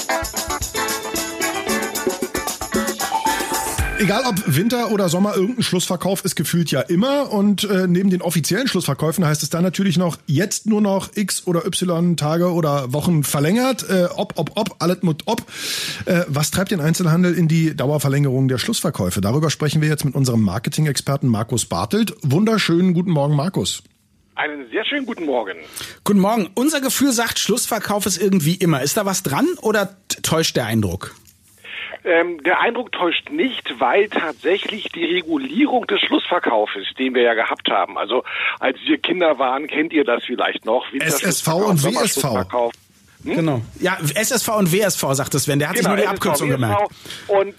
Egal ob Winter oder Sommer, irgendein Schlussverkauf ist gefühlt ja immer. Und neben den offiziellen Schlussverkäufen heißt es dann natürlich noch, jetzt nur noch X oder Y Tage oder Wochen verlängert. Alles mit ob. Was treibt den Einzelhandel in die Dauerverlängerung der Schlussverkäufe? Darüber sprechen wir jetzt mit unserem Marketing-Experten Markus Bartelt. Wunderschönen guten Morgen, Markus. Einen sehr schönen guten Morgen. Guten Morgen. Unser Gefühl sagt, Schlussverkauf ist irgendwie immer. Ist da was dran oder täuscht der Eindruck? Der Eindruck täuscht nicht, weil tatsächlich die Regulierung des Schlussverkaufes, den wir ja gehabt haben, also als wir Kinder waren, kennt ihr das vielleicht noch? SSV und WSV. Genau. Ja, SSV und WSV, sagt es Sven. Der hat sich nur die Abkürzung gemerkt. Und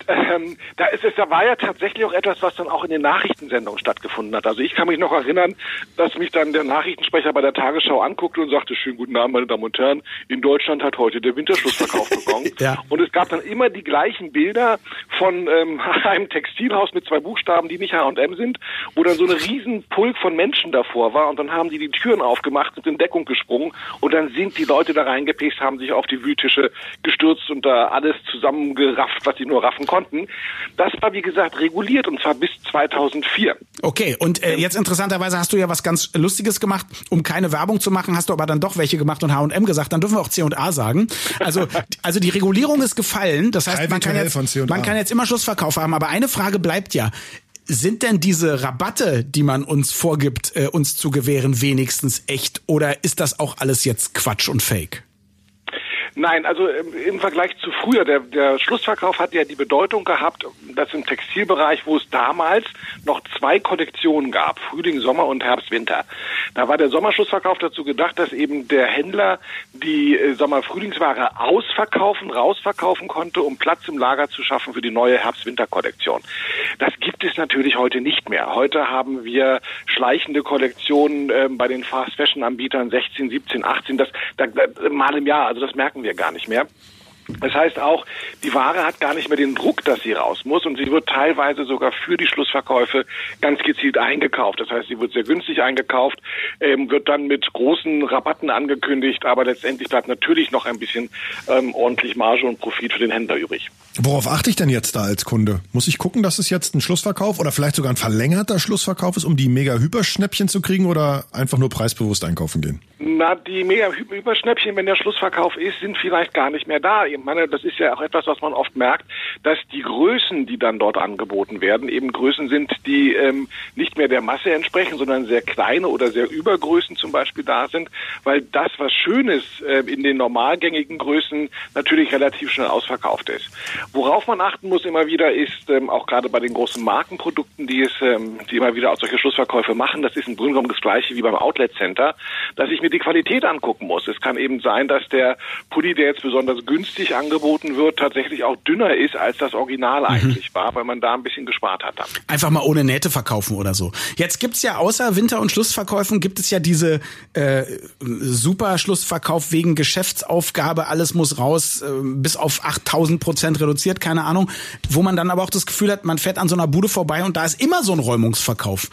da war ja tatsächlich auch etwas, was dann auch in den Nachrichtensendungen stattgefunden hat. Also ich kann mich noch erinnern, dass mich dann der Nachrichtensprecher bei der Tagesschau anguckte und sagte, schönen guten Abend, meine Damen und Herren, in Deutschland hat heute der Winterschlussverkauf begonnen. Ja. Und es gab dann immer die gleichen Bilder von einem Textilhaus mit 2 Buchstaben, die nicht H&M sind, wo dann so eine riesen Pulk von Menschen davor war und dann haben die Türen aufgemacht, sind in Deckung gesprungen und dann sind die Leute da reingepisst, haben sich auf die Wühltische gestürzt und da alles zusammengerafft, was sie nur raffen konnten. Das war, wie gesagt, reguliert und zwar bis 2004. Okay, und jetzt interessanterweise hast du ja was ganz Lustiges gemacht. Um keine Werbung zu machen, hast du aber dann doch welche gemacht und H&M gesagt. Dann dürfen wir auch C&A sagen. Also die Regulierung ist gefallen. Das heißt, man kann jetzt immer Schlussverkauf haben. Aber eine Frage bleibt ja. Sind denn diese Rabatte, die man uns vorgibt, uns zu gewähren, wenigstens echt? Oder ist das auch alles jetzt Quatsch und Fake? Nein, also im Vergleich zu früher, der Schlussverkauf hat ja die Bedeutung gehabt, dass im Textilbereich, wo es damals noch 2 Kollektionen gab, Frühling, Sommer und Herbst, Winter. Da war der Sommerschlussverkauf dazu gedacht, dass eben der Händler die Sommer-Frühlingsware rausverkaufen konnte, um Platz im Lager zu schaffen für die neue Herbst-Winter-Kollektion. Das gibt es natürlich heute nicht mehr. Heute haben wir schleichende Kollektionen bei den Fast-Fashion-Anbietern 16, 17, 18, mal im Jahr, also das merken wir gar nicht mehr. Das heißt auch, die Ware hat gar nicht mehr den Druck, dass sie raus muss und sie wird teilweise sogar für die Schlussverkäufe ganz gezielt eingekauft. Das heißt, sie wird sehr günstig eingekauft, wird dann mit großen Rabatten angekündigt, aber letztendlich bleibt natürlich noch ein bisschen ordentlich Marge und Profit für den Händler übrig. Worauf achte ich denn jetzt da als Kunde? Muss ich gucken, dass es jetzt ein Schlussverkauf oder vielleicht sogar ein verlängerter Schlussverkauf ist, um die Mega-Hyperschnäppchen zu kriegen oder einfach nur preisbewusst einkaufen gehen? Na, die Mega-Hyperschnäppchen, wenn der Schlussverkauf ist, sind vielleicht gar nicht mehr da. Ich meine, das ist ja auch etwas, was man oft merkt, dass die Größen, die dann dort angeboten werden, eben Größen sind, die nicht mehr der Masse entsprechen, sondern sehr kleine oder sehr Übergrößen zum Beispiel da sind, weil das, was schön ist, in den normalgängigen Größen natürlich relativ schnell ausverkauft ist. Worauf man achten muss immer wieder ist, auch gerade bei den großen Markenprodukten, die immer wieder auch solche Schlussverkäufe machen, das ist im Grunde genommen das Gleiche wie beim Outlet Center, dass ich mir die Qualität angucken muss. Es kann eben sein, dass der Pulli, der jetzt besonders günstig angeboten wird, tatsächlich auch dünner ist, als das Original eigentlich war, weil man da ein bisschen gespart hat dann. Einfach mal ohne Nähte verkaufen oder so. Jetzt gibt's ja außer Winter- und Schlussverkäufen gibt es ja diese super Schlussverkauf wegen Geschäftsaufgabe, alles muss raus, bis auf 8000% reduziert, keine Ahnung, wo man dann aber auch das Gefühl hat, man fährt an so einer Bude vorbei und da ist immer so ein Räumungsverkauf.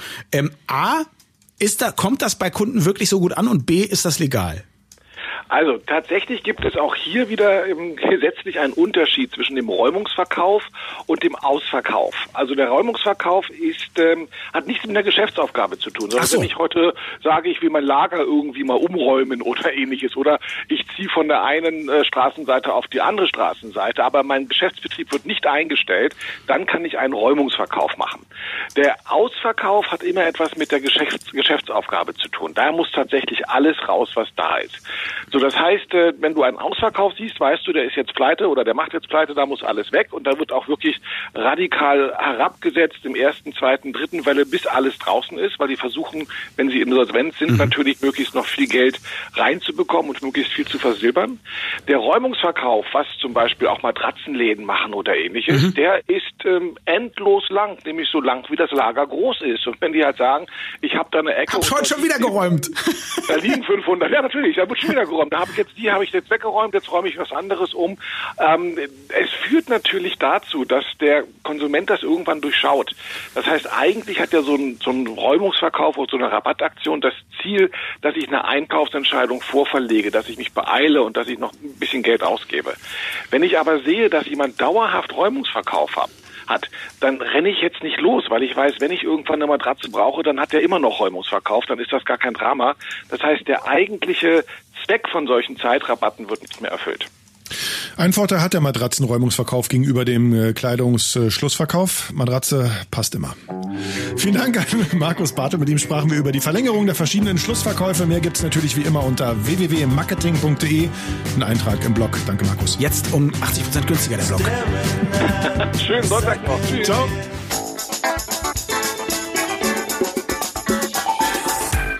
Kommt das bei Kunden wirklich so gut an und B, ist das legal? Also tatsächlich gibt es auch hier wieder gesetzlich einen Unterschied zwischen dem Räumungsverkauf und dem Ausverkauf. Also der Räumungsverkauf hat nichts mit der Geschäftsaufgabe zu tun, sondern wenn ich heute sage, ich will mein Lager irgendwie mal umräumen oder ähnliches oder ich ziehe von der einen Straßenseite auf die andere Straßenseite, aber mein Geschäftsbetrieb wird nicht eingestellt, dann kann ich einen Räumungsverkauf machen. Der Ausverkauf hat immer etwas mit der Geschäftsaufgabe zu tun. Da muss tatsächlich alles raus, was da ist. So, das heißt, wenn du einen Ausverkauf siehst, weißt du, der ist jetzt pleite oder der macht jetzt pleite, da muss alles weg und da wird auch wirklich radikal herabgesetzt im 1., 2., 3. Welle, bis alles draußen ist, weil die versuchen, wenn sie insolvent sind, natürlich möglichst noch viel Geld reinzubekommen und möglichst viel zu versilbern. Der Räumungsverkauf, was zum Beispiel auch Matratzenläden machen oder ähnliches, der ist endlos lang, nämlich so lang, wie das Lager groß ist. Und wenn die halt sagen, ich habe da eine Ecke... Hab heute schon wieder geräumt. Da liegen 500, ja natürlich, da wird schon wieder geräumt. weggeräumt. Da habe ich jetzt weggeräumt, jetzt räume ich was anderes um. Es führt natürlich dazu, dass der Konsument das irgendwann durchschaut. Das heißt, eigentlich hat ja so ein Räumungsverkauf oder so eine Rabattaktion das Ziel, dass ich eine Einkaufsentscheidung vorverlege, dass ich mich beeile und dass ich noch ein bisschen Geld ausgebe. Wenn ich aber sehe, dass jemand dauerhaft Räumungsverkauf hat, dann renne ich jetzt nicht los, weil ich weiß, wenn ich irgendwann eine Matratze brauche, dann hat der immer noch Räumungsverkauf, dann ist das gar kein Drama. Das heißt, der eigentliche Zweck von solchen Zeitrabatten wird nicht mehr erfüllt. Ein Vorteil hat der Matratzenräumungsverkauf gegenüber dem Kleidungsschlussverkauf. Matratze passt immer. Vielen Dank an Markus Bartel. Mit ihm sprachen wir über die Verlängerung der verschiedenen Schlussverkäufe. Mehr gibt's natürlich wie immer unter www.marketing.de. Ein Eintrag im Blog. Danke, Markus. Jetzt um 80% günstiger der Blog. Schönen Sonntag noch. Tschüss. Ciao.